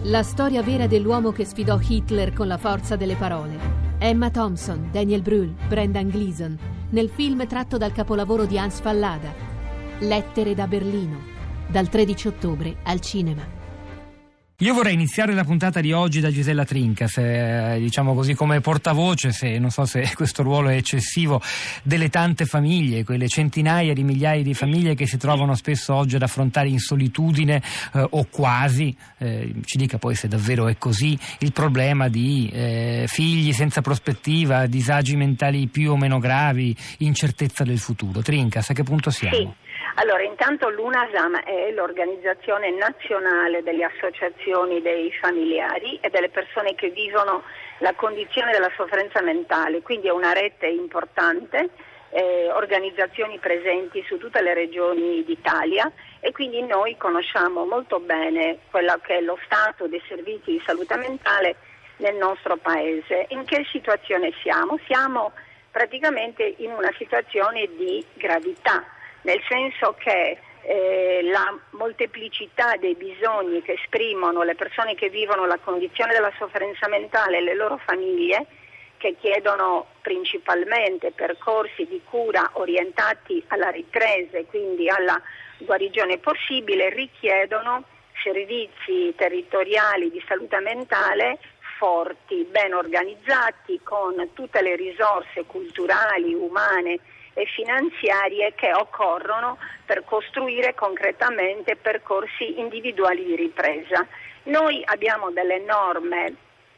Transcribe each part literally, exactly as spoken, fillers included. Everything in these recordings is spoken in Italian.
La storia vera dell'uomo che sfidò Hitler con la forza delle parole. Emma Thompson, Daniel Brühl, Brendan Gleeson, nel film tratto dal capolavoro di Hans Fallada, Lettere da Berlino, dal tredici ottobre al cinema. Io vorrei iniziare la puntata di oggi da Gisella Trincas, eh, diciamo così come portavoce, se non so se questo ruolo è eccessivo, delle tante famiglie, quelle centinaia di migliaia di famiglie che si trovano spesso oggi ad affrontare in solitudine eh, o quasi, eh, ci dica poi se davvero è così, il problema di eh, figli senza prospettiva, disagi mentali più o meno gravi, incertezza del futuro. Trincas, a che punto siamo? Sì. Allora, intanto l'UNASAM è l'organizzazione nazionale delle associazioni dei familiari e delle persone che vivono la condizione della sofferenza mentale, quindi è una rete importante, eh, organizzazioni presenti su tutte le regioni d'Italia e quindi noi conosciamo molto bene quello che è lo stato dei servizi di salute mentale nel nostro paese. In che situazione siamo? Siamo praticamente in una situazione di gravità, nel senso che eh, la molteplicità dei bisogni che esprimono le persone che vivono la condizione della sofferenza mentale e le loro famiglie, che chiedono principalmente percorsi di cura orientati alla ripresa e quindi alla guarigione possibile, richiedono servizi territoriali di salute mentale forti, ben organizzati, con tutte le risorse culturali, umane e finanziarie che occorrono per costruire concretamente percorsi individuali di ripresa. Noi abbiamo delle norme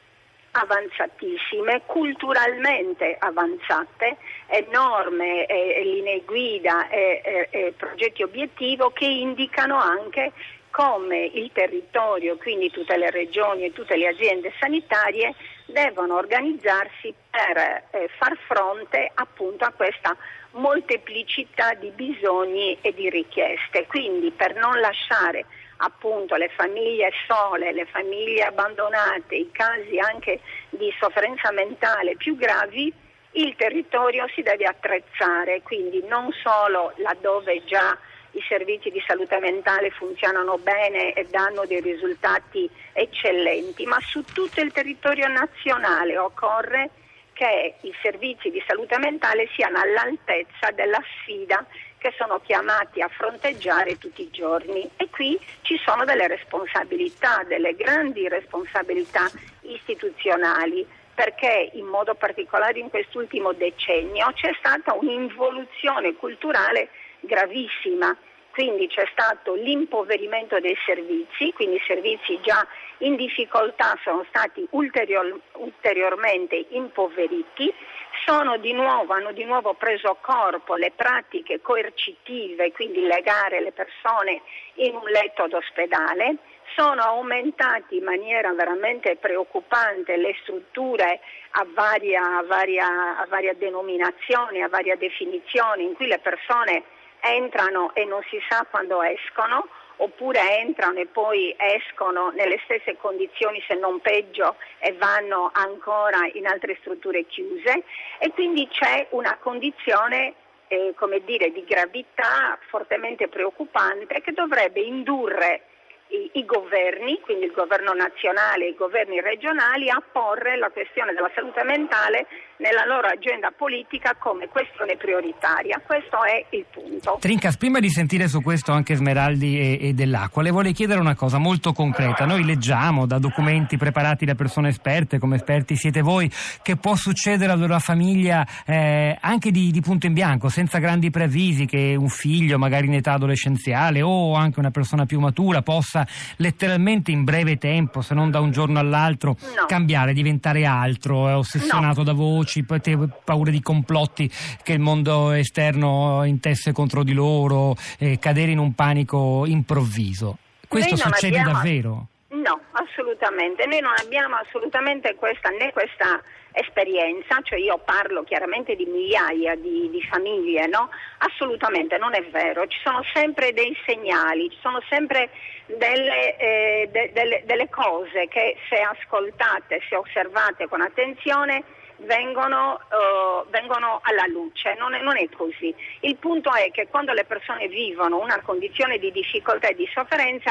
avanzatissime, culturalmente avanzate, e norme, e, e linee guida e, e, e progetti obiettivo che indicano anche come il territorio, quindi tutte le regioni e tutte le aziende sanitarie, devono organizzarsi per eh, far fronte appunto a questa molteplicità di bisogni e di richieste, quindi per non lasciare appunto le famiglie sole, le famiglie abbandonate, i casi anche di sofferenza mentale più gravi, il territorio si deve attrezzare, quindi non solo laddove già i servizi di salute mentale funzionano bene e danno dei risultati eccellenti, ma su tutto il territorio nazionale occorre che i servizi di salute mentale siano all'altezza della sfida che sono chiamati a fronteggiare tutti i giorni. E qui ci sono delle responsabilità, delle grandi responsabilità istituzionali, perché in modo particolare in quest'ultimo decennio c'è stata un'involuzione culturale gravissima. Quindi c'è stato l'impoverimento dei servizi, quindi i servizi già in difficoltà sono stati ulterior, ulteriormente impoveriti, sono di nuovo, hanno di nuovo preso corpo le pratiche coercitive, quindi legare le persone in un letto d'ospedale, sono aumentati in maniera veramente preoccupante le strutture a varia, a varia, a varia denominazione, a varia definizione, in cui le persone entrano e non si sa quando escono, oppure entrano e poi escono nelle stesse condizioni, se non peggio, e vanno ancora in altre strutture chiuse, e quindi c'è una condizione eh, come dire, di gravità fortemente preoccupante che dovrebbe indurre I, i governi, quindi il governo nazionale e i governi regionali, a porre la questione della salute mentale nella loro agenda politica come questione prioritaria. Questo è il punto. Trincas, prima di sentire su questo anche Smeraldi e, e Dell'Acqua, le vorrei chiedere una cosa molto concreta. Noi leggiamo da documenti preparati da persone esperte, come esperti siete voi, che può succedere ad una famiglia eh, anche di, di punto in bianco, senza grandi preavvisi, che un figlio magari in età adolescenziale o anche una persona più matura possa letteralmente in breve tempo, se non da un giorno all'altro, no. cambiare, diventare altro, è ossessionato no. da voci, paure di complotti che il mondo esterno intesse contro di loro, eh, cadere in un panico improvviso. Questo succede abbiamo... davvero? No, assolutamente. Noi non abbiamo assolutamente questa né questa esperienza, cioè io parlo chiaramente di migliaia di, di famiglie, no? Assolutamente non è vero, ci sono sempre dei segnali, ci sono sempre delle, eh, de, delle, delle cose che, se ascoltate, se osservate con attenzione, vengono, uh, vengono alla luce. Non è, non è così. Il punto è che quando le persone vivono una condizione di difficoltà e di sofferenza,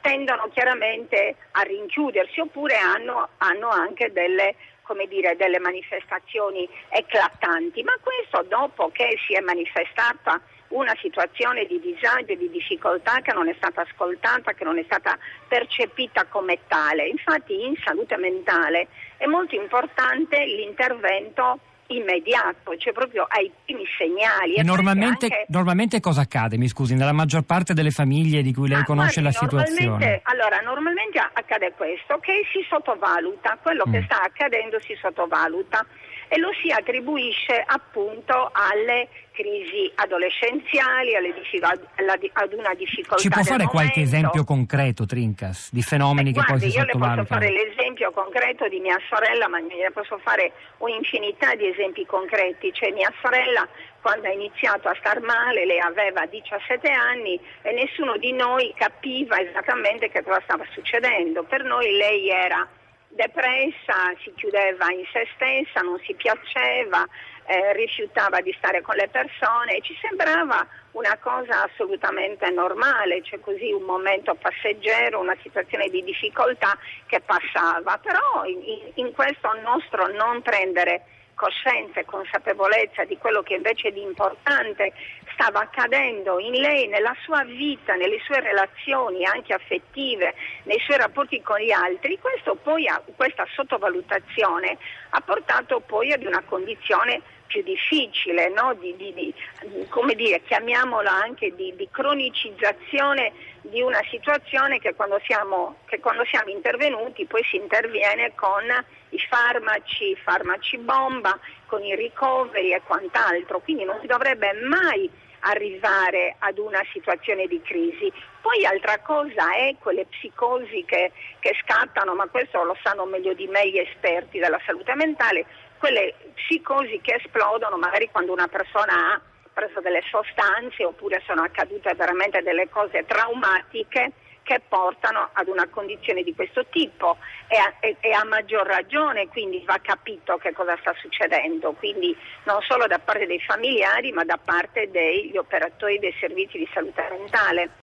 tendono chiaramente a rinchiudersi oppure hanno, hanno anche delle, come dire, delle manifestazioni eclatanti, ma questo dopo che si è manifestata una situazione di disagio e di difficoltà che non è stata ascoltata, che non è stata percepita come tale. Infatti in salute mentale è molto importante l'intervento immediato, cioè proprio ai primi segnali. E, e normalmente, anche... normalmente cosa accade, mi scusi, nella maggior parte delle famiglie di cui lei ah, conosce guardi, la situazione? Allora, normalmente accade questo, che si sottovaluta, quello mm. che sta accadendo si sottovaluta e lo si attribuisce appunto alle crisi adolescenziali, alle diffic- ad una difficoltà. Ci può fare del qualche momento. esempio concreto, Trincas, di fenomeni eh, che guardi, poi si sottovalutano? Io le posso fare l'esempio concreto di mia sorella, ma ne posso fare un'infinità di esempi concreti. Cioè mia sorella, quando ha iniziato a star male, lei aveva diciassette anni e nessuno di noi capiva esattamente che cosa stava succedendo. Per noi lei era depressa, si chiudeva in se stessa, non si piaceva, eh, rifiutava di stare con le persone e ci sembrava una cosa assolutamente normale, cioè così un momento passeggero, una situazione di difficoltà che passava. Però in, in questo nostro non prendere coscienza e consapevolezza di quello che invece di importante stava accadendo in lei, nella sua vita, nelle sue relazioni anche affettive, nei suoi rapporti con gli altri, questo poi ha, questa sottovalutazione ha portato poi ad una condizione più difficile, no? di, di, di, come dire, chiamiamola anche di, di cronicizzazione di una situazione che quando siamo che quando siamo intervenuti poi si interviene con i farmaci, farmaci bomba, con i ricoveri e quant'altro, quindi non si dovrebbe mai arrivare ad una situazione di crisi. Poi altra cosa è quelle psicosi che, che scattano, ma questo lo sanno meglio di me gli esperti della salute mentale, quelle psicosi che esplodono magari quando una persona ha preso delle sostanze oppure sono accadute veramente delle cose traumatiche che portano ad una condizione di questo tipo e a, e, e a maggior ragione quindi va capito che cosa sta succedendo, quindi non solo da parte dei familiari ma da parte degli operatori dei servizi di salute mentale.